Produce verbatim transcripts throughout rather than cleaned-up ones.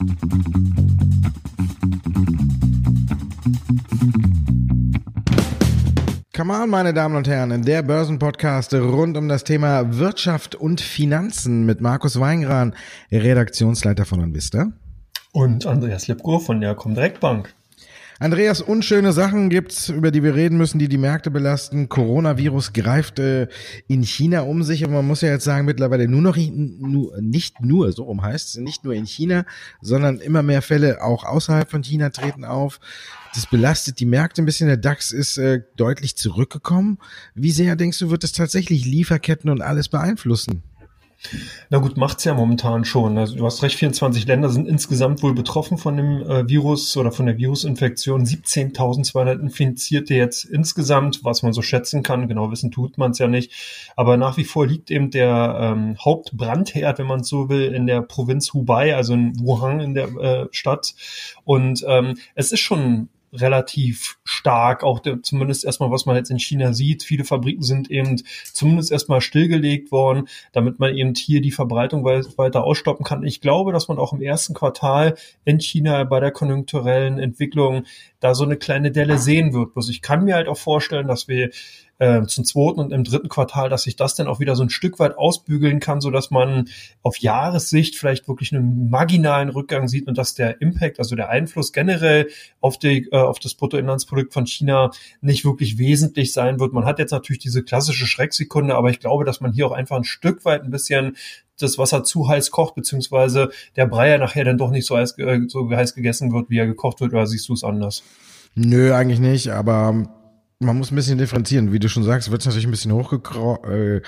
Come on, meine Damen und Herren, der Börsenpodcast rund um das Thema Wirtschaft und Finanzen mit Markus Weingran, Redaktionsleiter von Onvista. Und Andreas Lipko von der Comdirect Bank. Andreas, unschöne Sachen gibt's, über die wir reden müssen, die die Märkte belasten. Coronavirus greift äh, in China um sich, und man muss ja jetzt sagen, mittlerweile nur noch, nur, nicht nur, so rum heißt es, nicht nur in China, sondern immer mehr Fälle auch außerhalb von China treten auf. Das belastet die Märkte ein bisschen. Der DAX ist äh, deutlich zurückgekommen. Wie sehr, denkst du, wird es tatsächlich Lieferketten und alles beeinflussen? Na gut, macht's ja momentan schon. Also du hast recht, vierundzwanzig Länder sind insgesamt wohl betroffen von dem äh, Virus oder von der Virusinfektion. siebzehntausendzweihundert Infizierte jetzt insgesamt, was man so schätzen kann. Genau wissen tut man es ja nicht. Aber nach wie vor liegt eben der ähm, Hauptbrandherd, wenn man so will, in der Provinz Hubei, also in Wuhan in der äh, Stadt. Und ähm, es ist schon relativ stark, auch der, zumindest erstmal, was man jetzt in China sieht. Viele Fabriken sind eben zumindest erstmal stillgelegt worden, damit man eben hier die Verbreitung weiter ausstoppen kann. Ich glaube, dass man auch im ersten Quartal in China bei der konjunkturellen Entwicklung da so eine kleine Delle sehen wird. Bloß ich kann mir halt auch vorstellen, dass wir äh, zum zweiten und im dritten Quartal, dass sich das dann auch wieder so ein Stück weit ausbügeln kann, so dass man auf Jahressicht vielleicht wirklich einen marginalen Rückgang sieht und dass der Impact, also der Einfluss generell auf die äh, auf das Bruttoinlandsprodukt von China nicht wirklich wesentlich sein wird. Man hat jetzt natürlich diese klassische Schrecksekunde, aber ich glaube, dass man hier auch einfach ein Stück weit ein bisschen das Wasser zu heiß kocht, beziehungsweise der Brei ja nachher dann doch nicht so heiß, äh, so heiß gegessen wird, wie er gekocht wird, oder siehst du es anders? Nö, eigentlich nicht, aber man muss ein bisschen differenzieren. Wie du schon sagst, wird es natürlich ein bisschen hochgekocht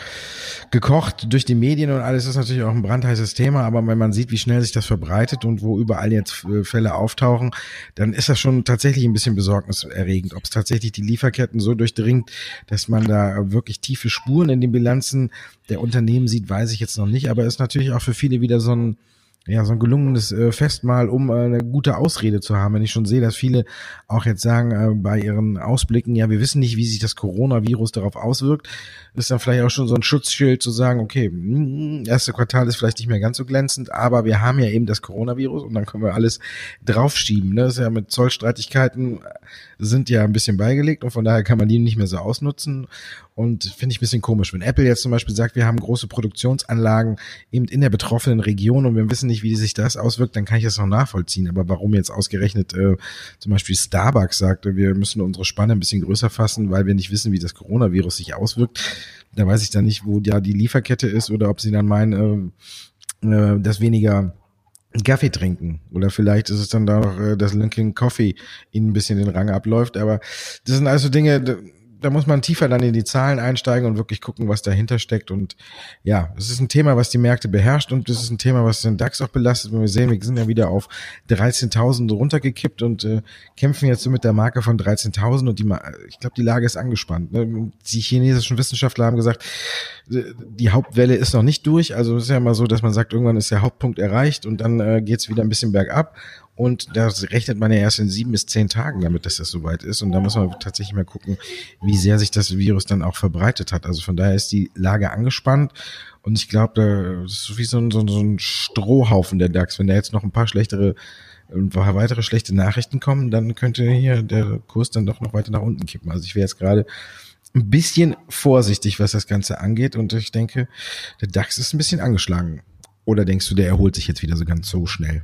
äh, durch die Medien und alles. Ist natürlich auch ein brandheißes Thema, aber wenn man sieht, wie schnell sich das verbreitet und wo überall jetzt äh, Fälle auftauchen, dann ist das schon tatsächlich ein bisschen besorgniserregend. Ob es tatsächlich die Lieferketten so durchdringt, dass man da wirklich tiefe Spuren in den Bilanzen der Unternehmen sieht, weiß ich jetzt noch nicht, aber ist natürlich auch für viele wieder so ein ja, so ein gelungenes äh, Festmahl, um äh, eine gute Ausrede zu haben. Wenn ich schon sehe, dass viele auch jetzt sagen, äh, bei ihren Ausblicken, ja, wir wissen nicht, wie sich das Coronavirus darauf auswirkt, ist dann vielleicht auch schon so ein Schutzschild zu sagen, okay, mh, erste Quartal ist vielleicht nicht mehr ganz so glänzend, aber wir haben ja eben das Coronavirus und dann können wir alles draufschieben. Ne? Das ist ja mit Zollstreitigkeiten sind ja ein bisschen beigelegt und von daher kann man die nicht mehr so ausnutzen. Und finde ich ein bisschen komisch, wenn Apple jetzt zum Beispiel sagt, wir haben große Produktionsanlagen eben in der betroffenen Region und wir wissen nicht, wie sich das auswirkt, dann kann ich das noch nachvollziehen. Aber warum jetzt ausgerechnet äh, zum Beispiel Starbucks sagte, wir müssen unsere Spanne ein bisschen größer fassen, weil wir nicht wissen, wie das Coronavirus sich auswirkt, da weiß ich dann nicht, wo ja die Lieferkette ist oder ob sie dann meinen, äh, äh, dass weniger Kaffee trinken. Oder vielleicht ist es dann da noch, äh, dass Lincoln Coffee ihnen ein bisschen den Rang abläuft. Aber das sind also Dinge, da muss man tiefer dann in die Zahlen einsteigen und wirklich gucken, was dahinter steckt. Und ja, es ist ein Thema, was die Märkte beherrscht und es ist ein Thema, was den DAX auch belastet. Wenn wir sehen, wir sind ja wieder auf dreizehntausend runtergekippt und äh, kämpfen jetzt so mit der Marke von dreizehntausend und die, ich glaube, die Lage ist angespannt. Ne? Die chinesischen Wissenschaftler haben gesagt, die Hauptwelle ist noch nicht durch. Also es ist ja immer so, dass man sagt, irgendwann ist der Hauptpunkt erreicht und dann äh, geht es wieder ein bisschen bergab. Und da rechnet man ja erst in sieben bis zehn Tagen damit, dass das soweit ist. Und da muss man tatsächlich mal gucken, wie sehr sich das Virus dann auch verbreitet hat. Also von daher ist die Lage angespannt. Und ich glaube, da ist wie so ein, so ein Strohhaufen der DAX. Wenn da jetzt noch ein paar schlechtere, ein paar weitere schlechte Nachrichten kommen, dann könnte hier der Kurs dann doch noch weiter nach unten kippen. Also ich wäre jetzt gerade ein bisschen vorsichtig, was das Ganze angeht. Und ich denke, der DAX ist ein bisschen angeschlagen. Oder denkst du, der erholt sich jetzt wieder so ganz so schnell?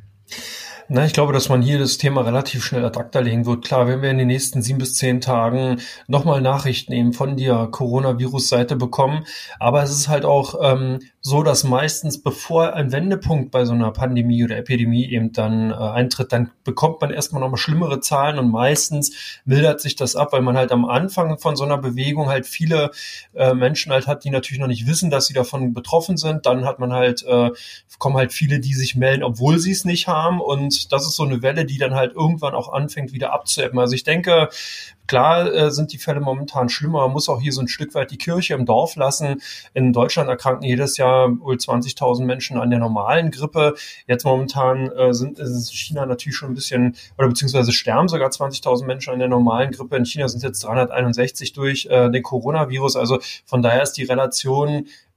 Na, ich glaube, dass man hier das Thema relativ schnell ad acta legen wird. Klar, wenn wir in den nächsten sieben bis zehn Tagen nochmal Nachrichten eben von der Coronavirus-Seite bekommen. Aber es ist halt auch ähm, so, dass meistens, bevor ein Wendepunkt bei so einer Pandemie oder Epidemie eben dann äh, eintritt, dann bekommt man erstmal nochmal schlimmere Zahlen und meistens mildert sich das ab, weil man halt am Anfang von so einer Bewegung halt viele äh, Menschen halt hat, die natürlich noch nicht wissen, dass sie davon betroffen sind. Dann hat man halt, äh, kommen halt viele, die sich melden, obwohl sie es nicht haben, und das ist so eine Welle, die dann halt irgendwann auch anfängt, wieder abzuebben. Also ich denke, klar äh, sind die Fälle momentan schlimmer. Man muss auch hier so ein Stück weit die Kirche im Dorf lassen. In Deutschland erkranken jedes Jahr wohl zwanzigtausend Menschen an der normalen Grippe. Jetzt momentan äh, sind ist China natürlich schon ein bisschen, oder beziehungsweise sterben sogar zwanzigtausend Menschen an der normalen Grippe. In China sind es jetzt dreihunderteinundsechzig durch äh, den Coronavirus. Also von daher ist die Relation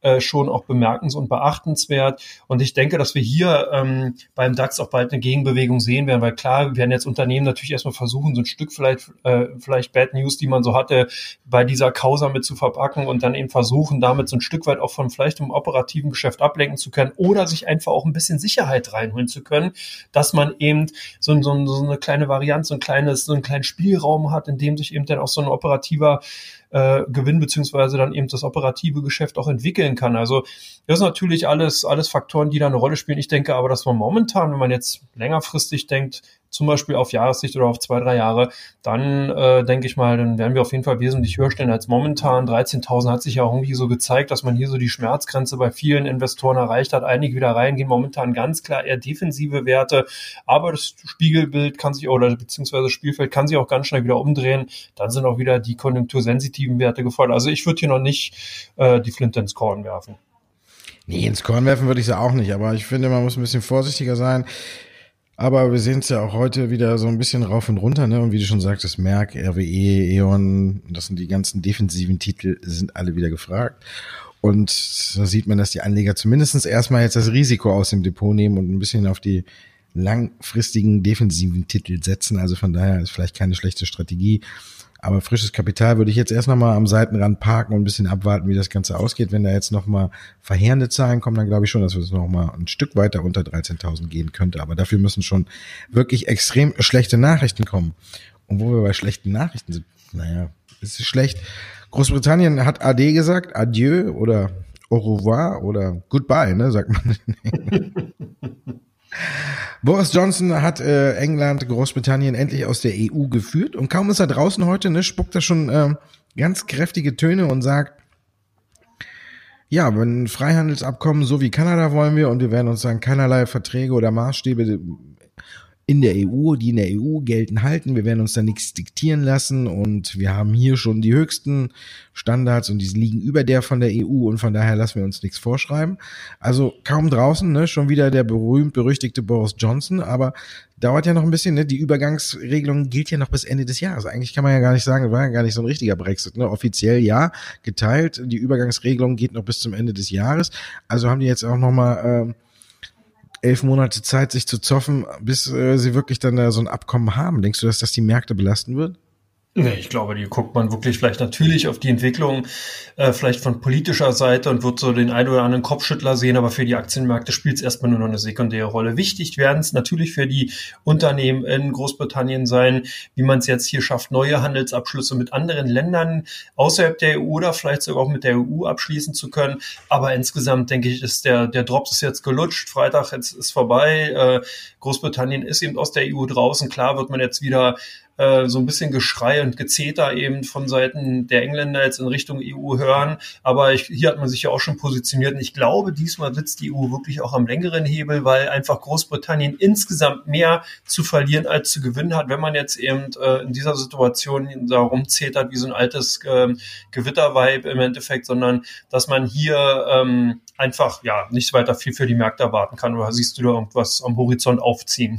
äh, schon auch bemerkens- und beachtenswert. Und ich denke, dass wir hier ähm, beim DAX auch bald eine Gegenbewegung sehen werden, weil klar, wir werden jetzt Unternehmen natürlich erstmal versuchen, so ein Stück vielleicht, äh, vielleicht Bad News, die man so hatte, bei dieser Causa mit zu verpacken und dann eben versuchen, damit so ein Stück weit auch von vielleicht einem operativen Geschäft ablenken zu können oder sich einfach auch ein bisschen Sicherheit reinholen zu können, dass man eben so, so, so eine kleine Variante, so ein kleines, so einen kleinen Spielraum hat, in dem sich eben dann auch so ein operativer äh, Gewinn beziehungsweise dann eben das operative Geschäft auch entwickeln kann. Also das sind natürlich alles, alles Faktoren, die da eine Rolle spielen. Ich denke aber, dass man momentan, wenn man jetzt längerfristig denkt, zum Beispiel auf Jahressicht oder auf zwei, drei Jahre, dann äh, denke ich mal, dann werden wir auf jeden Fall wesentlich höher stehen als momentan. dreizehntausend hat sich ja irgendwie so gezeigt, dass man hier so die Schmerzgrenze bei vielen Investoren erreicht hat. Einige wieder reingehen, momentan ganz klar eher defensive Werte, aber das Spiegelbild kann sich, oder beziehungsweise das Spielfeld kann sich auch ganz schnell wieder umdrehen. Dann sind auch wieder die konjunktursensitiven Werte gefordert. Also ich würde hier noch nicht äh, die Flinte ins Korn werfen. Nee, ins Korn werfen würde ich sie auch nicht, aber ich finde, man muss ein bisschen vorsichtiger sein. Aber wir sehen es ja auch heute wieder so ein bisschen rauf und runter, ne? Und wie du schon sagtest, Merck, R W E, E.ON, das sind die ganzen defensiven Titel, sind alle wieder gefragt. Und da sieht man, dass die Anleger zumindest erstmal jetzt das Risiko aus dem Depot nehmen und ein bisschen auf die langfristigen defensiven Titel setzen. Also von daher ist vielleicht keine schlechte Strategie. Aber frisches Kapital würde ich jetzt erst nochmal am Seitenrand parken und ein bisschen abwarten, wie das Ganze ausgeht. Wenn da jetzt nochmal verheerende Zahlen kommen, dann glaube ich schon, dass es nochmal ein Stück weiter unter dreizehntausend gehen könnte. Aber dafür müssen schon wirklich extrem schlechte Nachrichten kommen. Und wo wir bei schlechten Nachrichten sind, naja, es ist schlecht. Großbritannien hat Ade gesagt, Adieu oder Au revoir oder Goodbye, ne, sagt man. Boris Johnson hat äh, England, Großbritannien endlich aus der E U geführt und kaum ist er draußen heute, ne, spuckt er schon äh, ganz kräftige Töne und sagt, ja, wenn ein Freihandelsabkommen so wie Kanada wollen wir und wir werden uns dann keinerlei Verträge oder Maßstäbe in der E U, die in der E U gelten, halten. Wir werden uns da nichts diktieren lassen und wir haben hier schon die höchsten Standards und die liegen über der von der E U und von daher lassen wir uns nichts vorschreiben. Also kaum draußen, ne, schon wieder der berühmt-berüchtigte Boris Johnson, aber dauert ja noch ein bisschen, ne, die Übergangsregelung gilt ja noch bis Ende des Jahres. Eigentlich kann man ja gar nicht sagen, war ja gar nicht so ein richtiger Brexit, ne, offiziell ja, geteilt, die Übergangsregelung geht noch bis zum Ende des Jahres, also haben die jetzt auch nochmal, äh, elf Monate Zeit, sich zu zoffen, bis äh, sie wirklich dann da so ein Abkommen haben. Denkst du, dass das die Märkte belasten wird? Nee, ich glaube, die guckt man wirklich vielleicht natürlich auf die Entwicklung, äh, vielleicht von politischer Seite und wird so den ein oder anderen Kopfschüttler sehen, aber für die Aktienmärkte spielt es erstmal nur noch eine sekundäre Rolle. Wichtig werden es natürlich für die Unternehmen in Großbritannien sein, wie man es jetzt hier schafft, neue Handelsabschlüsse mit anderen Ländern außerhalb der E U oder vielleicht sogar auch mit der E U abschließen zu können. Aber insgesamt, denke ich, ist der, der Drops ist jetzt gelutscht. Freitag jetzt ist vorbei. Äh, Großbritannien ist eben aus der E U draußen. Klar wird man jetzt wieder so ein bisschen Geschrei und Gezeter eben von Seiten der Engländer jetzt in Richtung E U hören. Aber ich, hier hat man sich ja auch schon positioniert. Und ich glaube, diesmal sitzt die E U wirklich auch am längeren Hebel, weil einfach Großbritannien insgesamt mehr zu verlieren als zu gewinnen hat, wenn man jetzt eben äh, in dieser Situation da rumzetert wie so ein altes äh, Gewitterweib im Endeffekt, sondern dass man hier ähm, einfach ja nicht weiter viel für die Märkte erwarten kann. Oder siehst du da irgendwas am Horizont aufziehen?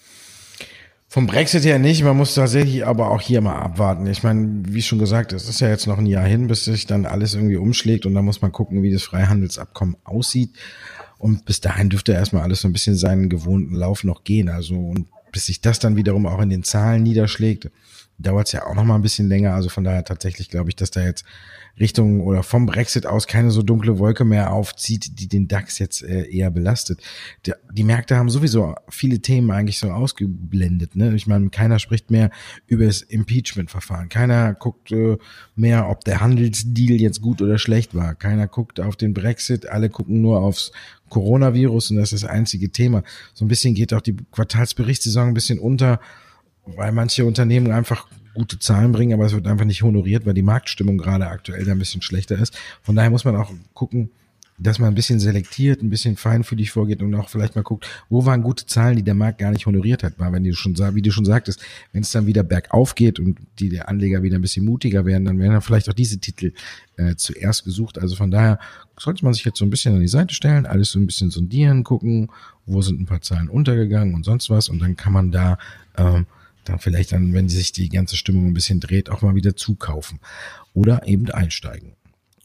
Vom Brexit her nicht, man muss tatsächlich aber auch hier mal abwarten. Ich meine, wie schon gesagt, es ist ja jetzt noch ein Jahr hin, bis sich dann alles irgendwie umschlägt und dann muss man gucken, wie das Freihandelsabkommen aussieht. Und bis dahin dürfte erstmal alles so ein bisschen seinen gewohnten Lauf noch gehen. Also und bis sich das dann wiederum auch in den Zahlen niederschlägt, dauert es ja auch noch mal ein bisschen länger. Also von daher tatsächlich glaube ich, dass da jetzt Richtung oder vom Brexit aus keine so dunkle Wolke mehr aufzieht, die den DAX jetzt äh, eher belastet. Die, die Märkte haben sowieso viele Themen eigentlich so ausgeblendet, ne? Ich meine, keiner spricht mehr über das Impeachment-Verfahren. Keiner guckt äh, mehr, ob der Handelsdeal jetzt gut oder schlecht war. Keiner guckt auf den Brexit. Alle gucken nur aufs Coronavirus und das ist das einzige Thema. So ein bisschen geht auch die Quartalsberichtssaison ein bisschen unter, weil manche Unternehmen einfach gute Zahlen bringen, aber es wird einfach nicht honoriert, weil die Marktstimmung gerade aktuell da ein bisschen schlechter ist. Von daher muss man auch gucken, dass man ein bisschen selektiert, ein bisschen feinfühlig vorgeht und auch vielleicht mal guckt, wo waren gute Zahlen, die der Markt gar nicht honoriert hat. Weil wenn du schon, wie du schon sagtest, wenn es dann wieder bergauf geht und die der Anleger wieder ein bisschen mutiger werden, dann werden dann vielleicht auch diese Titel äh, zuerst gesucht. Also von daher sollte man sich jetzt so ein bisschen an die Seite stellen, alles so ein bisschen sondieren, gucken, wo sind ein paar Zahlen untergegangen und sonst was und dann kann man da ähm, dann vielleicht dann, wenn sich die ganze Stimmung ein bisschen dreht, auch mal wieder zukaufen oder eben einsteigen.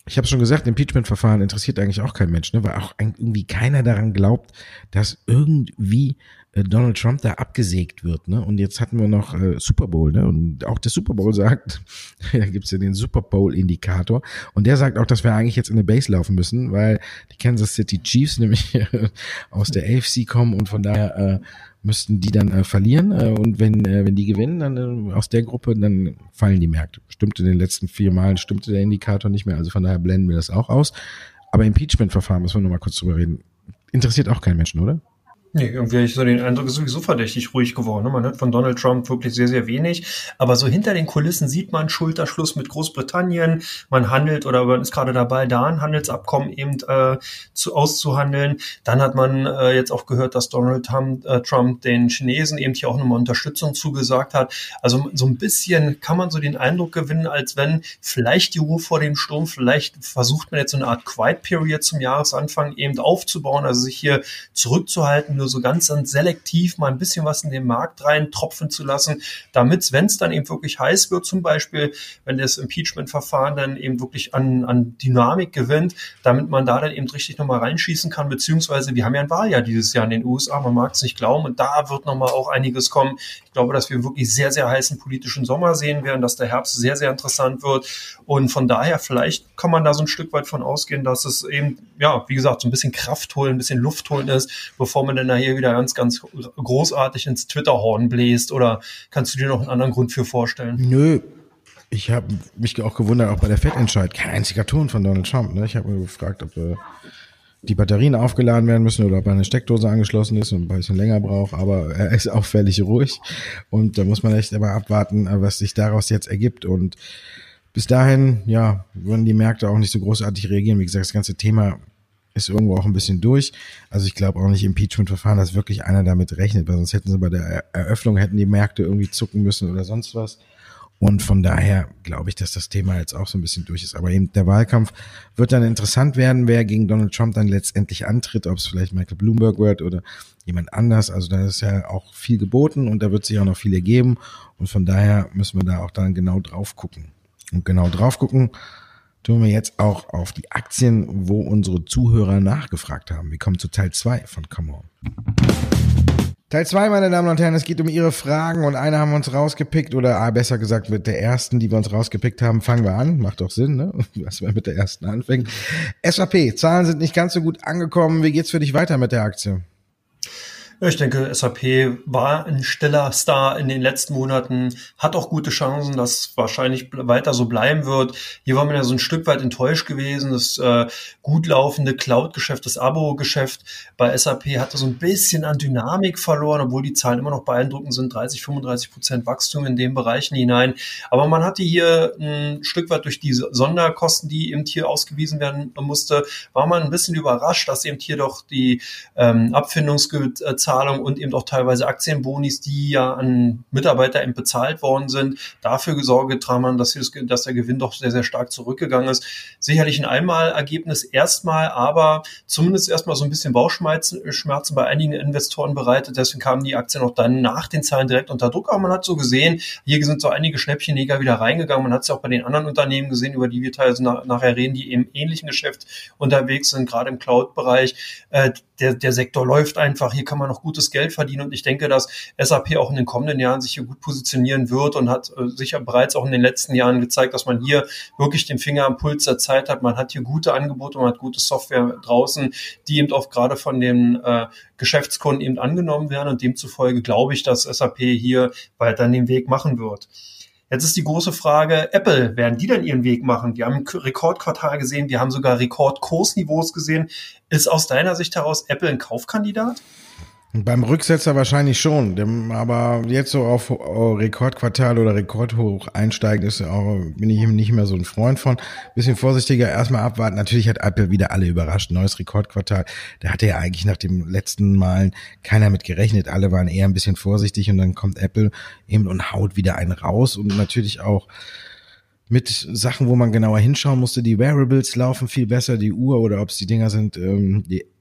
Ich habe schon gesagt, Impeachment-Verfahren interessiert eigentlich auch kein Mensch, ne? Weil auch irgendwie keiner daran glaubt, dass irgendwie äh, Donald Trump da abgesägt wird. Ne? Und jetzt hatten wir noch äh, Super Bowl, ne? Und auch der Super Bowl sagt, da gibt's ja den Super Bowl-Indikator, und der sagt auch, dass wir eigentlich jetzt in eine Base laufen müssen, weil die Kansas City Chiefs nämlich aus der A F C kommen und von daher äh, müssten die dann äh, verlieren, äh, und wenn äh, wenn die gewinnen, dann äh, aus der Gruppe, dann fallen die Märkte. Stimmte in den letzten vier Malen, stimmte der Indikator nicht mehr, also von daher blenden wir das auch aus. Aber Impeachment-Verfahren, müssen wir noch mal kurz drüber reden, interessiert auch keinen Menschen, oder? Nee, irgendwie habe ich so den Eindruck, ist sowieso verdächtig ruhig geworden. Ne? Man hört von Donald Trump wirklich sehr, sehr wenig. Aber so hinter den Kulissen sieht man Schulterschluss mit Großbritannien. Man handelt oder man ist gerade dabei, da ein Handelsabkommen eben äh, zu, auszuhandeln. Dann hat man äh, jetzt auch gehört, dass Donald Trump, äh, Trump den Chinesen eben hier auch nochmal Unterstützung zugesagt hat. Also so ein bisschen kann man so den Eindruck gewinnen, als wenn vielleicht die Ruhe vor dem Sturm, vielleicht versucht man jetzt so eine Art Quiet Period zum Jahresanfang eben aufzubauen, also sich hier zurückzuhalten, nur so ganz, ganz selektiv mal ein bisschen was in den Markt rein tropfen zu lassen, damit, wenn es dann eben wirklich heiß wird, zum Beispiel, wenn das Impeachment-Verfahren dann eben wirklich an, an Dynamik gewinnt, damit man da dann eben richtig nochmal reinschießen kann, beziehungsweise wir haben ja ein Wahljahr dieses Jahr in den U S A, man mag es nicht glauben, und da wird nochmal auch einiges kommen. Ich glaube, dass wir wirklich sehr, sehr heißen politischen Sommer sehen werden, dass der Herbst sehr, sehr interessant wird, und von daher vielleicht kann man da so ein Stück weit von ausgehen, dass es eben, ja, wie gesagt, so ein bisschen Kraft holen, ein bisschen Luft holen ist, bevor man dann hier wieder ganz, ganz großartig ins Twitter-Horn bläst, oder kannst du dir noch einen anderen Grund für vorstellen? Nö, ich habe mich auch gewundert, auch bei der Fettentscheid, kein einziger Ton von Donald Trump. Ne? Ich habe mir gefragt, ob äh, die Batterien aufgeladen werden müssen oder ob eine Steckdose angeschlossen ist und ein bisschen länger braucht, aber er ist auch völlig ruhig, und da muss man echt aber abwarten, was sich daraus jetzt ergibt, und bis dahin, ja, würden die Märkte auch nicht so großartig reagieren. Wie gesagt, das ganze Thema ist irgendwo auch ein bisschen durch. Also ich glaube auch nicht, Impeachment-Verfahren, dass wirklich einer damit rechnet, weil sonst hätten sie bei der Eröffnung, hätten die Märkte irgendwie zucken müssen oder sonst was. Und von daher glaube ich, dass das Thema jetzt auch so ein bisschen durch ist. Aber eben der Wahlkampf wird dann interessant werden, wer gegen Donald Trump dann letztendlich antritt, ob es vielleicht Michael Bloomberg wird oder jemand anders. Also da ist ja auch viel geboten und da wird sich auch noch viel ergeben. Und von daher müssen wir da auch dann genau drauf gucken. Und genau drauf gucken tun wir jetzt auch auf die Aktien, wo unsere Zuhörer nachgefragt haben. Wir kommen zu Teil zwei von Come On. Teil zwei, meine Damen und Herren, es geht um Ihre Fragen, und eine haben wir uns rausgepickt, oder ah, besser gesagt mit der ersten, die wir uns rausgepickt haben, fangen wir an. Macht doch Sinn, ne? Dass wir mit der ersten anfangen. S A P, Zahlen sind nicht ganz so gut angekommen. Wie geht's für dich weiter mit der Aktie? Ich denke, S A P war ein stiller Star in den letzten Monaten, hat auch gute Chancen, dass wahrscheinlich weiter so bleiben wird. Hier war man ja so ein Stück weit enttäuscht gewesen. Das äh, gut laufende Cloud-Geschäft, das Abo-Geschäft bei S A P hatte so ein bisschen an Dynamik verloren, obwohl die Zahlen immer noch beeindruckend sind, dreißig, fünfunddreißig Prozent Wachstum in den Bereichen hinein. Aber man hatte hier ein Stück weit durch diese Sonderkosten, die eben hier ausgewiesen werden musste, war man ein bisschen überrascht, dass eben hier doch die ähm, Abfindungszahlung und eben auch teilweise Aktienbonis, die ja an Mitarbeiter eben bezahlt worden sind, dafür Sorge getragen haben, dass, das, dass der Gewinn doch sehr, sehr stark zurückgegangen ist. Sicherlich ein Einmalergebnis erstmal, aber zumindest erstmal so ein bisschen Bauchschmerzen Schmerzen bei einigen Investoren bereitet. Deswegen kamen die Aktien auch dann nach den Zahlen direkt unter Druck. Aber man hat so gesehen, hier sind so einige Schnäppchenjäger wieder reingegangen. Man hat es ja auch bei den anderen Unternehmen gesehen, über die wir teilweise nach, nachher reden, die im ähnlichen Geschäft unterwegs sind, gerade im Cloud-Bereich. Äh, der, der Sektor läuft einfach. Hier kann man noch gutes Geld verdienen, und ich denke, dass S A P auch in den kommenden Jahren sich hier gut positionieren wird und hat äh, sicher bereits auch in den letzten Jahren gezeigt, dass man hier wirklich den Finger am Puls der Zeit hat. Man hat hier gute Angebote, man hat gute Software draußen, die eben auch gerade von den äh, Geschäftskunden eben angenommen werden, und demzufolge glaube ich, dass S A P hier weiter den Weg machen wird. Jetzt ist die große Frage, Apple, werden die denn ihren Weg machen? Wir haben ein Rekordquartal gesehen, wir haben sogar Rekordkursniveaus gesehen. Ist aus deiner Sicht heraus Apple ein Kaufkandidat? Beim Rücksetzer wahrscheinlich schon, aber jetzt so auf Rekordquartal oder Rekordhoch einsteigen, ist auch, bin ich nicht mehr so ein Freund von. Bisschen vorsichtiger, erstmal abwarten. Natürlich hat Apple wieder alle überrascht. Neues Rekordquartal. Da hatte ja eigentlich nach den letzten Malen keiner mit gerechnet. Alle waren eher ein bisschen vorsichtig, und dann kommt Apple eben und haut wieder einen raus, und natürlich auch mit Sachen, wo man genauer hinschauen musste. Die Wearables laufen viel besser, die Uhr oder ob es die Dinger sind, ähm, die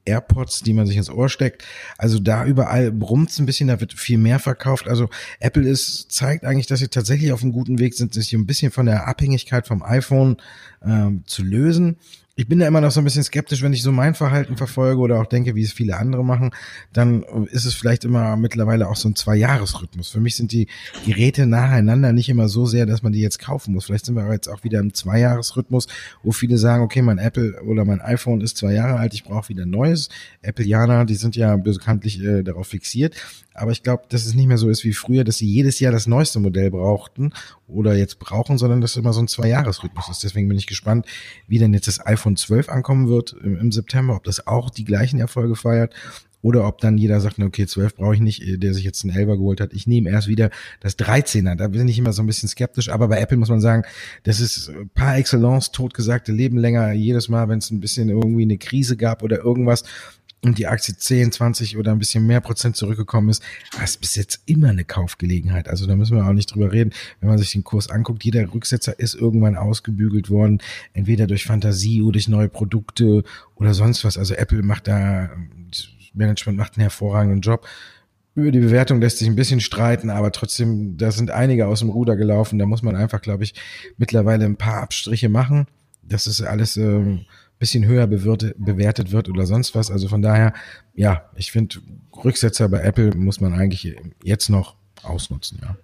AirPods, die man sich ins Ohr steckt. Also da überall brummt's ein bisschen, da wird viel mehr verkauft. Also Apple ist, zeigt eigentlich, dass sie tatsächlich auf einem guten Weg sind, sich ein bisschen von der Abhängigkeit vom iPhone ähm, zu lösen. Ich bin da immer noch so ein bisschen skeptisch, wenn ich so mein Verhalten verfolge oder auch denke, wie es viele andere machen, dann ist es vielleicht immer mittlerweile auch so ein Zwei-Jahres-Rhythmus. Für mich sind die Geräte nacheinander nicht immer so sehr, dass man die jetzt kaufen muss. Vielleicht sind wir aber jetzt auch wieder im Zwei-Jahres-Rhythmus, wo viele sagen, okay, mein Apple oder mein iPhone ist zwei Jahre alt, ich brauche wieder ein neues. Appleianer, die sind ja bekanntlich äh, darauf fixiert. Aber ich glaube, dass es nicht mehr so ist wie früher, dass sie jedes Jahr das neueste Modell brauchten oder jetzt brauchen, sondern dass es immer so ein Zwei-Jahres-Rhythmus ist. Deswegen bin ich gespannt, wie denn jetzt das iPhone zwölf ankommen wird im, im September, ob das auch die gleichen Erfolge feiert oder ob dann jeder sagt, okay, zwölf brauche ich nicht, der sich jetzt einen Elfer geholt hat. Ich nehme erst wieder das dreizehner. Da bin ich immer so ein bisschen skeptisch. Aber bei Apple muss man sagen, das ist par excellence totgesagte Leben länger. Jedes Mal, wenn es ein bisschen irgendwie eine Krise gab oder irgendwas, und die Aktie zehn, zwanzig oder ein bisschen mehr Prozent zurückgekommen ist, das ist bis jetzt immer eine Kaufgelegenheit. Also da müssen wir auch nicht drüber reden. Wenn man sich den Kurs anguckt, jeder Rücksetzer ist irgendwann ausgebügelt worden, entweder durch Fantasie oder durch neue Produkte oder sonst was. Also Apple macht da, das Management macht einen hervorragenden Job. Über die Bewertung lässt sich ein bisschen streiten, aber trotzdem, da sind einige aus dem Ruder gelaufen. Da muss man einfach, glaube ich, mittlerweile ein paar Abstriche machen. Das ist alles ähm, bisschen höher bewertet, bewertet wird oder sonst was. Also von daher, ja, ich finde, Rücksetzer bei Apple muss man eigentlich jetzt noch ausnutzen, ja.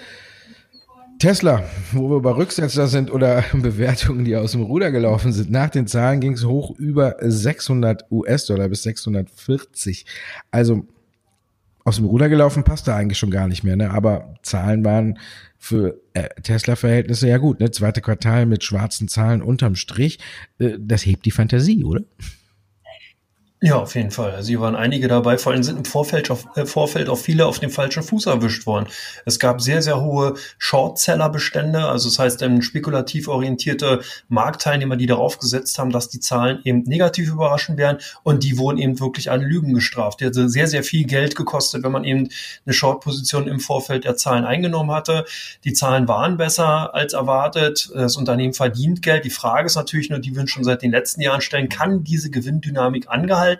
Tesla, wo wir bei Rücksetzer sind oder Bewertungen, die aus dem Ruder gelaufen sind. Nach den Zahlen ging es hoch über sechshundert US-Dollar bis sechshundertvierzig. Also aus dem Ruder gelaufen passt da eigentlich schon gar nicht mehr, ne? Aber Zahlen waren für äh, Tesla-Verhältnisse ja gut, ne? Zweite Quartal mit schwarzen Zahlen unterm Strich, äh, das hebt die Fantasie, oder? Ja, auf jeden Fall. Also hier waren einige dabei, vor allem sind im Vorfeld auf, äh, Vorfeld auch viele auf dem falschen Fuß erwischt worden. Es gab sehr, sehr hohe Shortseller-Bestände, also das heißt ähm, spekulativ orientierte Marktteilnehmer, die darauf gesetzt haben, dass die Zahlen eben negativ überraschen werden, und die wurden eben wirklich an Lügen gestraft. Die hat sehr, sehr viel Geld gekostet, wenn man eben eine Short-Position im Vorfeld der Zahlen eingenommen hatte. Die Zahlen waren besser als erwartet, das Unternehmen verdient Geld. Die Frage ist natürlich nur, die wir uns schon seit den letzten Jahren stellen, kann diese Gewinndynamik angehalten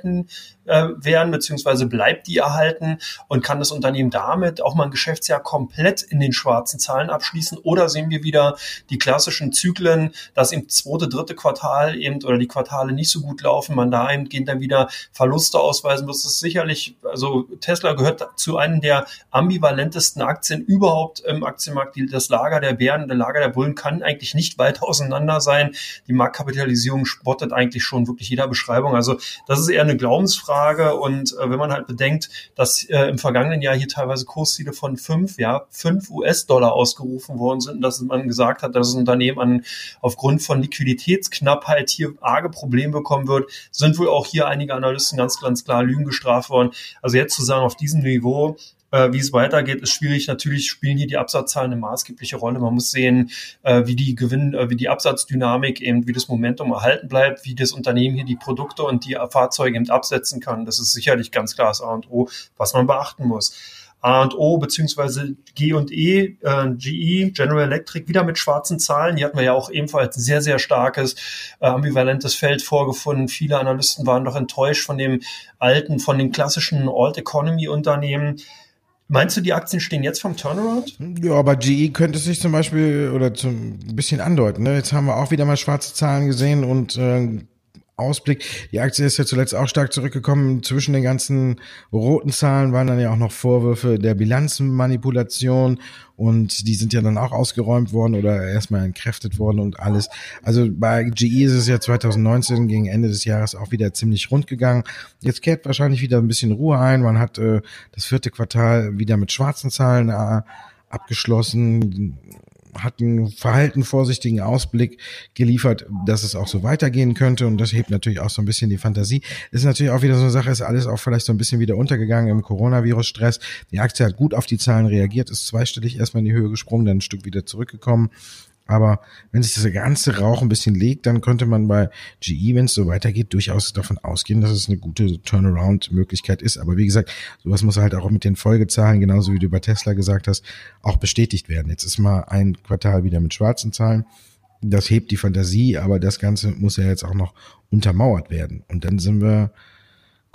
werden, beziehungsweise bleibt die erhalten, und kann das Unternehmen damit auch mal ein Geschäftsjahr komplett in den schwarzen Zahlen abschließen, oder sehen wir wieder die klassischen Zyklen, dass im zweite, dritte Quartal eben oder die Quartale nicht so gut laufen, man da gehen dann wieder Verluste ausweisen muss. Das ist sicherlich, also Tesla gehört zu einem der ambivalentesten Aktien überhaupt im Aktienmarkt. Das Lager der Bären, das Lager der Bullen kann eigentlich nicht weit auseinander sein. Die Marktkapitalisierung spottet eigentlich schon wirklich jeder Beschreibung. Also das ist eher eine Glaubensfrage, und äh, wenn man halt bedenkt, dass äh, im vergangenen Jahr hier teilweise Kursziele von fünf, ja, fünf US-Dollar ausgerufen worden sind, dass man gesagt hat, dass das Unternehmen an, aufgrund von Liquiditätsknappheit hier arge Probleme bekommen wird, sind wohl auch hier einige Analysten ganz, ganz klar Lügen gestraft worden. Also jetzt zu sagen, auf diesem Niveau, Äh, wie es weitergeht, ist schwierig. Natürlich spielen hier die Absatzzahlen eine maßgebliche Rolle. Man muss sehen, äh, wie die Gewinn, äh, wie die Absatzdynamik eben, wie das Momentum erhalten bleibt, wie das Unternehmen hier die Produkte und die Fahrzeuge eben absetzen kann. Das ist sicherlich ganz klar das A und O, was man beachten muss. A und O beziehungsweise G und E, äh, G E, General Electric, wieder mit schwarzen Zahlen. Hier hatten wir ja auch ebenfalls ein sehr, sehr starkes, äh, ambivalentes Feld vorgefunden. Viele Analysten waren doch enttäuscht von dem alten, von den klassischen Alt-Economy-Unternehmen. Meinst du, die Aktien stehen jetzt vom Turnaround? Ja, aber G E könnte sich zum Beispiel oder zum ein bisschen andeuten. Ne? Jetzt haben wir auch wieder mal schwarze Zahlen gesehen und äh, Ausblick. Die Aktie ist ja zuletzt auch stark zurückgekommen. Zwischen den ganzen roten Zahlen waren dann ja auch noch Vorwürfe der Bilanzmanipulation, und die sind ja dann auch ausgeräumt worden oder erstmal entkräftet worden und alles. Also bei G E ist es ja zwanzig neunzehn gegen Ende des Jahres auch wieder ziemlich rund gegangen. Jetzt kehrt wahrscheinlich wieder ein bisschen Ruhe ein. Man hat äh, das vierte Quartal wieder mit schwarzen Zahlen äh, abgeschlossen, hat einen verhalten vorsichtigen Ausblick geliefert, dass es auch so weitergehen könnte, und das hebt natürlich auch so ein bisschen die Fantasie. Ist natürlich auch wieder so eine Sache, ist alles auch vielleicht so ein bisschen wieder untergegangen im Coronavirus-Stress. Die Aktie hat gut auf die Zahlen reagiert, ist zweistellig erstmal in die Höhe gesprungen, dann ein Stück wieder zurückgekommen. Aber wenn sich das ganze Rauch ein bisschen legt, dann könnte man bei G E, wenn es so weitergeht, durchaus davon ausgehen, dass es eine gute Turnaround-Möglichkeit ist. Aber wie gesagt, sowas muss halt auch mit den Folgezahlen, genauso wie du bei Tesla gesagt hast, auch bestätigt werden. Jetzt ist mal ein Quartal wieder mit schwarzen Zahlen. Das hebt die Fantasie, aber das Ganze muss ja jetzt auch noch untermauert werden. Und dann sind wir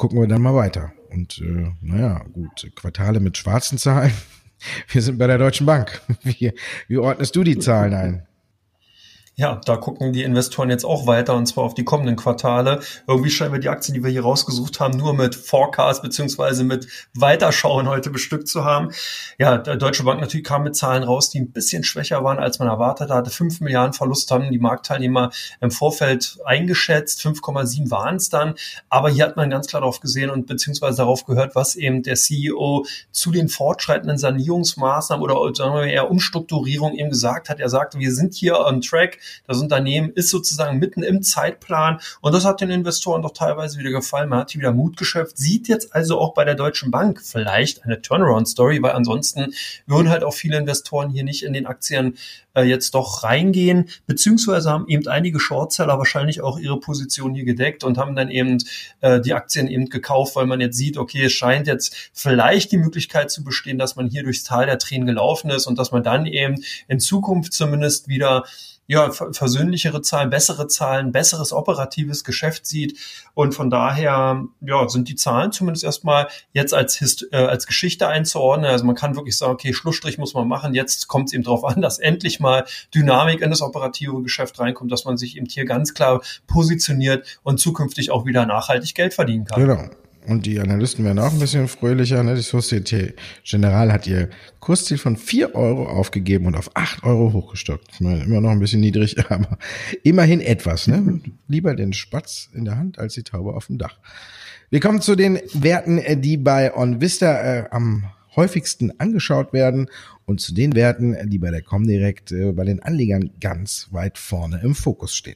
gucken wir dann mal weiter. Und äh, naja, gut, Quartale mit schwarzen Zahlen. Wir sind bei der Deutschen Bank. Wie, wie ordnest du die Zahlen ein? Ja, da gucken die Investoren jetzt auch weiter, und zwar auf die kommenden Quartale. Irgendwie scheinen wir die Aktien, die wir hier rausgesucht haben, nur mit Forecast beziehungsweise mit Weiterschauen heute bestückt zu haben. Ja, der Deutsche Bank natürlich kam mit Zahlen raus, die ein bisschen schwächer waren, als man erwartet hatte. fünf Milliarden Verlust haben die Marktteilnehmer im Vorfeld eingeschätzt. fünf Komma sieben waren es dann. Aber hier hat man ganz klar darauf gesehen und beziehungsweise darauf gehört, was eben der C E O zu den fortschreitenden Sanierungsmaßnahmen oder sagen wir eher Umstrukturierung eben gesagt hat. Er sagte, wir sind hier on track. Das Unternehmen ist sozusagen mitten im Zeitplan, und das hat den Investoren doch teilweise wieder gefallen. Man hat hier wieder Mut geschöpft, sieht jetzt also auch bei der Deutschen Bank vielleicht eine Turnaround-Story, weil ansonsten würden halt auch viele Investoren hier nicht in den Aktien äh, jetzt doch reingehen, beziehungsweise haben eben einige Shortseller wahrscheinlich auch ihre Position hier gedeckt und haben dann eben äh, die Aktien eben gekauft, weil man jetzt sieht, okay, es scheint jetzt vielleicht die Möglichkeit zu bestehen, dass man hier durchs Tal der Tränen gelaufen ist und dass man dann eben in Zukunft zumindest wieder ja, versöhnlichere Zahlen, bessere Zahlen, besseres operatives Geschäft sieht. Und von daher, ja, sind die Zahlen zumindest erstmal jetzt als Hist- äh, als Geschichte einzuordnen. Also man kann wirklich sagen, okay, Schlussstrich muss man machen. Jetzt kommt es eben darauf an, dass endlich mal Dynamik in das operative Geschäft reinkommt, dass man sich eben hier ganz klar positioniert und zukünftig auch wieder nachhaltig Geld verdienen kann. Genau. Und die Analysten werden auch ein bisschen fröhlicher. Ne? Die Societe Generale hat ihr Kursziel von vier Euro aufgegeben und auf acht Euro hochgestockt. Ich meine, immer noch ein bisschen niedrig, aber immerhin etwas. Ne? Lieber den Spatz in der Hand als die Taube auf dem Dach. Wir kommen zu den Werten, die bei OnVista äh, am häufigsten angeschaut werden, und zu den Werten, die bei der Comdirect äh, bei den Anlegern ganz weit vorne im Fokus stehen.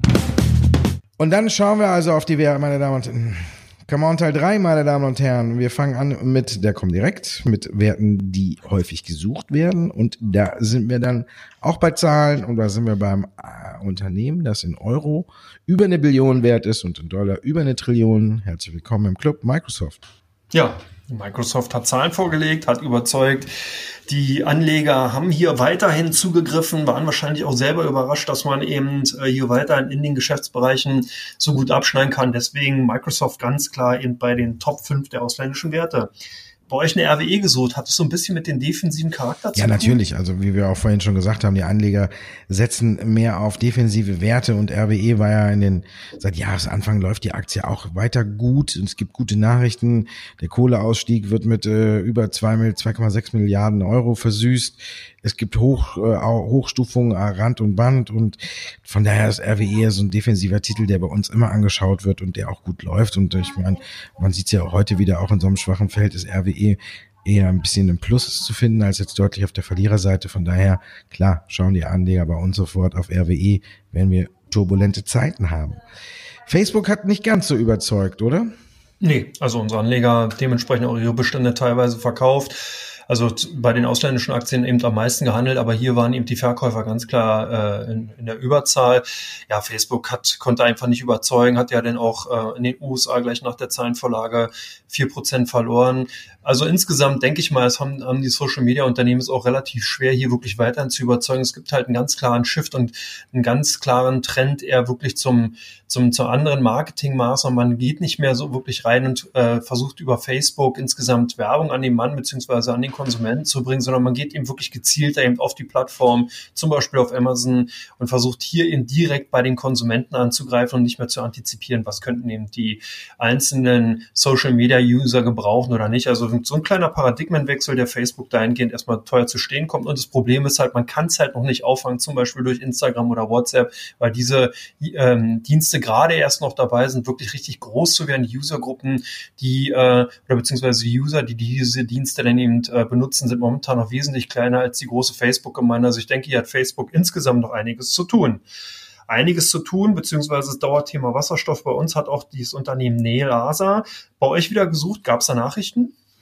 Und dann schauen wir also auf die Werte, meine Damen und Herren. Come on, Teil drei, meine Damen und Herren. Wir fangen an mit der Comdirect, mit Werten, die häufig gesucht werden. Und da sind wir dann auch bei Zahlen, und da sind wir beim äh, Unternehmen, das in Euro über eine Billion wert ist und in Dollar über eine Trillion. Herzlich willkommen im Club, Microsoft. Ja, Microsoft hat Zahlen vorgelegt, hat überzeugt. Die Anleger haben hier weiterhin zugegriffen, waren wahrscheinlich auch selber überrascht, dass man eben hier weiterhin in den Geschäftsbereichen so gut abschneiden kann. Deswegen Microsoft ganz klar eben bei den Top fünf der ausländischen Werte. Bei euch eine R W E gesucht, hat es so ein bisschen mit dem defensiven Charakter zu tun? Ja, natürlich. Also wie wir auch vorhin schon gesagt haben, die Anleger setzen mehr auf defensive Werte, und R W E war ja in den, seit Jahresanfang läuft die Aktie auch weiter gut, und es gibt gute Nachrichten. Der Kohleausstieg wird mit äh, über zwei Komma sechs Milliarden Euro versüßt. Es gibt Hoch, äh, Hochstufungen an Rand und Band, und von daher ist R W E so ein defensiver Titel, der bei uns immer angeschaut wird und der auch gut läuft. Und ich meine, man sieht es ja auch heute wieder, auch in so einem schwachen Feld ist R W E eher ein bisschen im Plus zu finden als jetzt deutlich auf der Verliererseite. Von daher, klar, schauen die Anleger bei uns sofort auf R W E, wenn wir turbulente Zeiten haben. Facebook hat nicht ganz so überzeugt, oder? Nee, also unsere Anleger dementsprechend auch ihre Bestände teilweise verkauft. Also bei den ausländischen Aktien eben am meisten gehandelt, aber hier waren eben die Verkäufer ganz klar äh, in, in der Überzahl. Ja, Facebook hat konnte einfach nicht überzeugen, hat ja dann auch äh, in den U S A gleich nach der Zahlenvorlage vier Prozent verloren. Also insgesamt denke ich mal, es haben, haben die Social-Media-Unternehmen es auch relativ schwer, hier wirklich weiterhin zu überzeugen. Es gibt halt einen ganz klaren Shift und einen ganz klaren Trend eher wirklich zum zum zu anderen Marketingmaßnahmen. Man geht nicht mehr so wirklich rein und äh, versucht über Facebook insgesamt Werbung an den Mann beziehungsweise an den Konsumenten zu bringen, sondern man geht eben wirklich gezielter eben auf die Plattform, zum Beispiel auf Amazon, und versucht hier eben direkt bei den Konsumenten anzugreifen und nicht mehr zu antizipieren, was könnten eben die einzelnen Social-Media-User gebrauchen oder nicht. Also so ein kleiner Paradigmenwechsel, der Facebook dahingehend erstmal teuer zu stehen kommt. Und das Problem ist halt, man kann es halt noch nicht auffangen, zum Beispiel durch Instagram oder WhatsApp, weil diese ähm, Dienste gerade erst noch dabei sind, wirklich richtig groß zu werden. Die Usergruppen, die äh, oder beziehungsweise die User, die diese Dienste dann eben äh, benutzen, sind momentan noch wesentlich kleiner als die große Facebook-Gemeinde. Also ich denke, hier hat Facebook insgesamt noch einiges zu tun. Einiges zu tun, beziehungsweise das Dauerthema Wasserstoff bei uns hat auch dieses Unternehmen Nelasa bei euch wieder gesucht. Gab es da Nachrichten?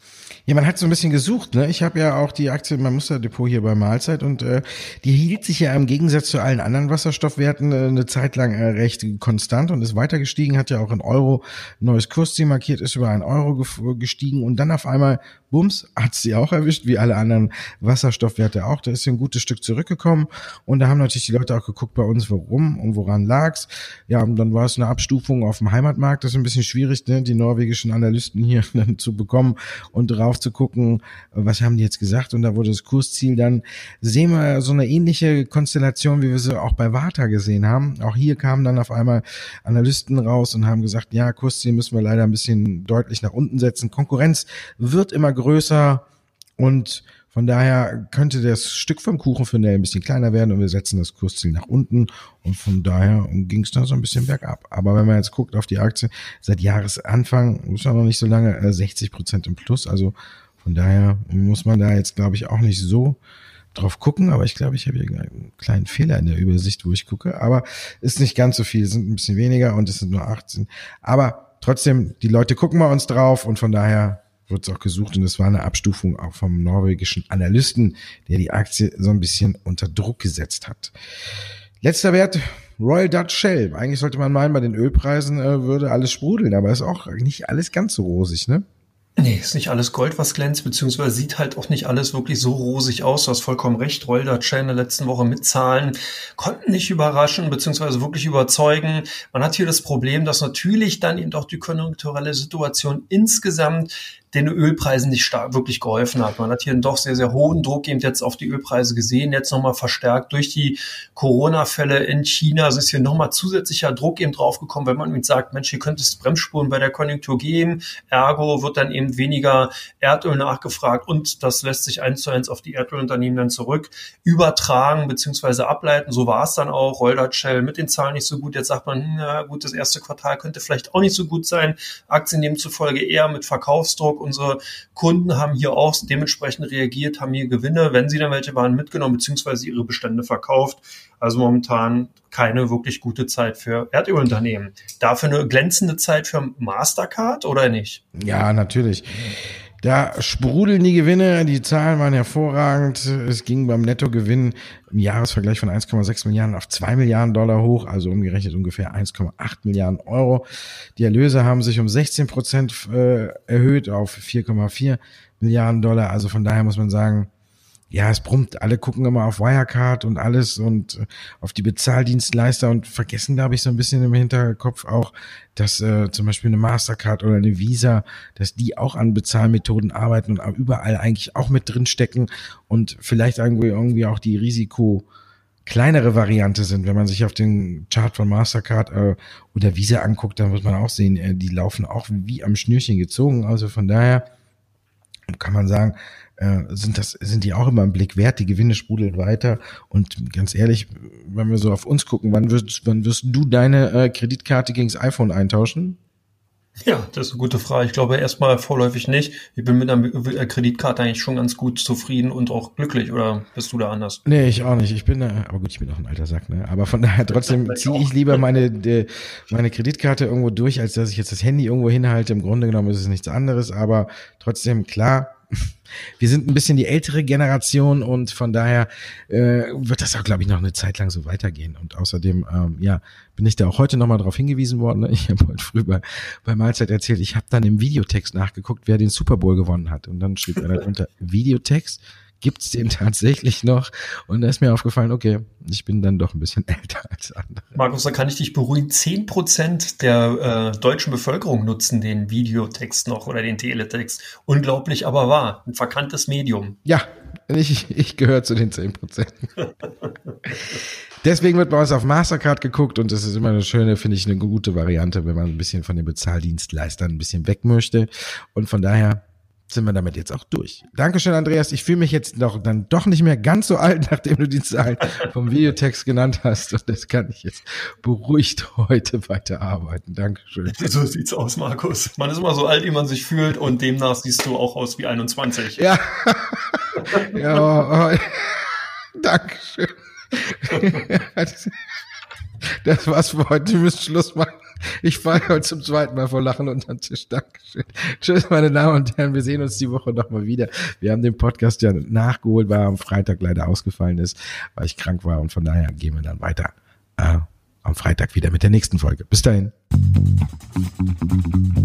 Ja, man hat so ein bisschen gesucht, ne? Ich habe ja auch die Aktie, mein Musterdepot hier bei Mahlzeit und äh, die hielt sich ja im Gegensatz zu allen anderen Wasserstoffwerten äh, eine Zeit lang äh, recht konstant und ist weiter gestiegen, hat ja auch in Euro ein neues Kursziel markiert, ist über einen Euro gef- gestiegen und dann auf einmal, bums, hat sie auch erwischt, wie alle anderen Wasserstoffwerte auch. Da ist sie ein gutes Stück zurückgekommen und da haben natürlich die Leute auch geguckt bei uns, warum und woran lag's. Ja, und dann war es eine Abstufung auf dem Heimatmarkt, das ist ein bisschen schwierig, ne? Die norwegischen Analysten hier dann zu bekommen und drauf zu gucken, was haben die jetzt gesagt, und da wurde das Kursziel dann, sehen wir so eine ähnliche Konstellation, wie wir sie auch bei Varta gesehen haben. Auch hier kamen dann auf einmal Analysten raus und haben gesagt, ja, Kursziel müssen wir leider ein bisschen deutlich nach unten setzen. Konkurrenz wird immer größer und von daher könnte das Stück vom Kuchen für Nell ein bisschen kleiner werden und wir setzen das Kursziel nach unten und von daher ging es dann so ein bisschen bergab. Aber wenn man jetzt guckt auf die Aktie, seit Jahresanfang, ist ja noch nicht so lange, sechzig Prozent im Plus, also von daher muss man da jetzt, glaube ich, auch nicht so drauf gucken, aber ich glaube, ich habe hier einen kleinen Fehler in der Übersicht, wo ich gucke, aber ist nicht ganz so viel, es sind ein bisschen weniger und es sind nur achtzehn, aber trotzdem, die Leute gucken bei uns drauf und von daher wird es auch gesucht und es war eine Abstufung auch vom norwegischen Analysten, der die Aktie so ein bisschen unter Druck gesetzt hat. Letzter Wert, Royal Dutch Shell. Eigentlich sollte man meinen, bei den Ölpreisen äh, würde alles sprudeln, aber ist auch nicht alles ganz so rosig, ne? Nee, ist nicht alles Gold, was glänzt, beziehungsweise sieht halt auch nicht alles wirklich so rosig aus. Du hast vollkommen recht. Royal Dutch Shell in der letzten Woche mit Zahlen konnten nicht überraschen, beziehungsweise wirklich überzeugen. Man hat hier das Problem, dass natürlich dann eben doch die konjunkturelle Situation insgesamt den Ölpreisen nicht stark wirklich geholfen hat. Man hat hier einen doch sehr, sehr hohen Druck eben jetzt auf die Ölpreise gesehen, jetzt nochmal verstärkt durch die Corona-Fälle in China. Es ist hier nochmal zusätzlicher Druck eben draufgekommen, wenn man eben sagt, Mensch, hier könnte es Bremsspuren bei der Konjunktur geben. Ergo wird dann eben weniger Erdöl nachgefragt und das lässt sich eins zu eins auf die Erdölunternehmen dann zurück übertragen bzw. ableiten. So war es dann auch. Royal Dutch Shell mit den Zahlen nicht so gut. Jetzt sagt man, na gut, das erste Quartal könnte vielleicht auch nicht so gut sein. Aktien demzufolge eher mit Verkaufsdruck. Unsere Kunden haben hier auch dementsprechend reagiert, haben hier Gewinne, wenn sie dann welche waren, mitgenommen bzw. ihre Bestände verkauft. Also momentan keine wirklich gute Zeit für Erdölunternehmen. Dafür eine glänzende Zeit für Mastercard oder nicht? Ja, natürlich. Da sprudeln die Gewinne, die Zahlen waren hervorragend. Es ging beim Nettogewinn im Jahresvergleich von eins Komma sechs Milliarden auf zwei Milliarden Dollar hoch, also umgerechnet ungefähr eins Komma acht Milliarden Euro. Die Erlöse haben sich um sechzehn Prozent äh, erhöht auf vier Komma vier Milliarden Dollar. Also von daher muss man sagen, ja, es brummt. Alle gucken immer auf Wirecard und alles und auf die Bezahldienstleister und vergessen, glaube ich, so ein bisschen im Hinterkopf auch, dass äh, zum Beispiel eine Mastercard oder eine Visa, dass die auch an Bezahlmethoden arbeiten und überall eigentlich auch mit drin stecken und vielleicht irgendwie, irgendwie auch die Risiko kleinere Variante sind. Wenn man sich auf den Chart von Mastercard äh, oder Visa anguckt, dann wird man auch sehen, äh, die laufen auch wie am Schnürchen gezogen. Also von daher kann man sagen, äh, sind das sind die auch immer im Blick wert, die Gewinne sprudeln weiter und ganz ehrlich, wenn wir so auf uns gucken, wann wirst, wann wirst du deine äh, Kreditkarte gegen das iPhone eintauschen? Ja, das ist eine gute Frage. Ich glaube erstmal vorläufig nicht. Ich bin mit einer Kreditkarte eigentlich schon ganz gut zufrieden und auch glücklich. Oder bist du da anders? Nee, ich auch nicht. Ich bin, äh, aber gut, ich bin auch ein alter Sack, ne? Aber von daher trotzdem ziehe ich lieber meine de, meine Kreditkarte irgendwo durch, als dass ich jetzt das Handy irgendwo hinhalte. Im Grunde genommen ist es nichts anderes, aber trotzdem klar. Wir sind ein bisschen die ältere Generation und von daher äh, wird das auch, glaube ich, noch eine Zeit lang so weitergehen. Und außerdem, ähm, ja, bin ich da auch heute nochmal drauf hingewiesen worden. Ne? Ich habe heute früh bei, bei Mahlzeit erzählt, ich habe dann im Videotext nachgeguckt, wer den Super Bowl gewonnen hat. Und dann schrieb einer unter Videotext, gibt's den tatsächlich noch? Und da ist mir aufgefallen, okay, ich bin dann doch ein bisschen älter als andere. Markus, da kann ich dich beruhigen. Zehn Prozent der äh, deutschen Bevölkerung nutzen den Videotext noch oder den Teletext. Unglaublich, aber wahr. Ein verkanntes Medium. Ja, ich, ich gehöre zu den zehn Prozent. Deswegen wird bei uns auf Mastercard geguckt und das ist immer eine schöne, finde ich, eine gute Variante, wenn man ein bisschen von den Bezahldienstleistern ein bisschen weg möchte. Und von daher sind wir damit jetzt auch durch. Dankeschön, Andreas. Ich fühle mich jetzt noch dann doch nicht mehr ganz so alt, nachdem du die Zahlen vom Videotext genannt hast. Und das kann ich jetzt beruhigt heute weiterarbeiten. Dankeschön. So sieht's aus, Markus. Man ist immer so alt, wie man sich fühlt und demnach siehst du auch aus wie einundzwanzig. Ja. Ja. Oh. Dankeschön. Das war's für heute. Wir müssen Schluss machen. Ich falle heute zum zweiten Mal vor Lachen unter den Tisch. Dankeschön. Tschüss, meine Damen und Herren. Wir sehen uns die Woche nochmal wieder. Wir haben den Podcast ja nachgeholt, weil er am Freitag leider ausgefallen ist, weil ich krank war. Und von daher gehen wir dann weiter äh, am Freitag wieder mit der nächsten Folge. Bis dahin.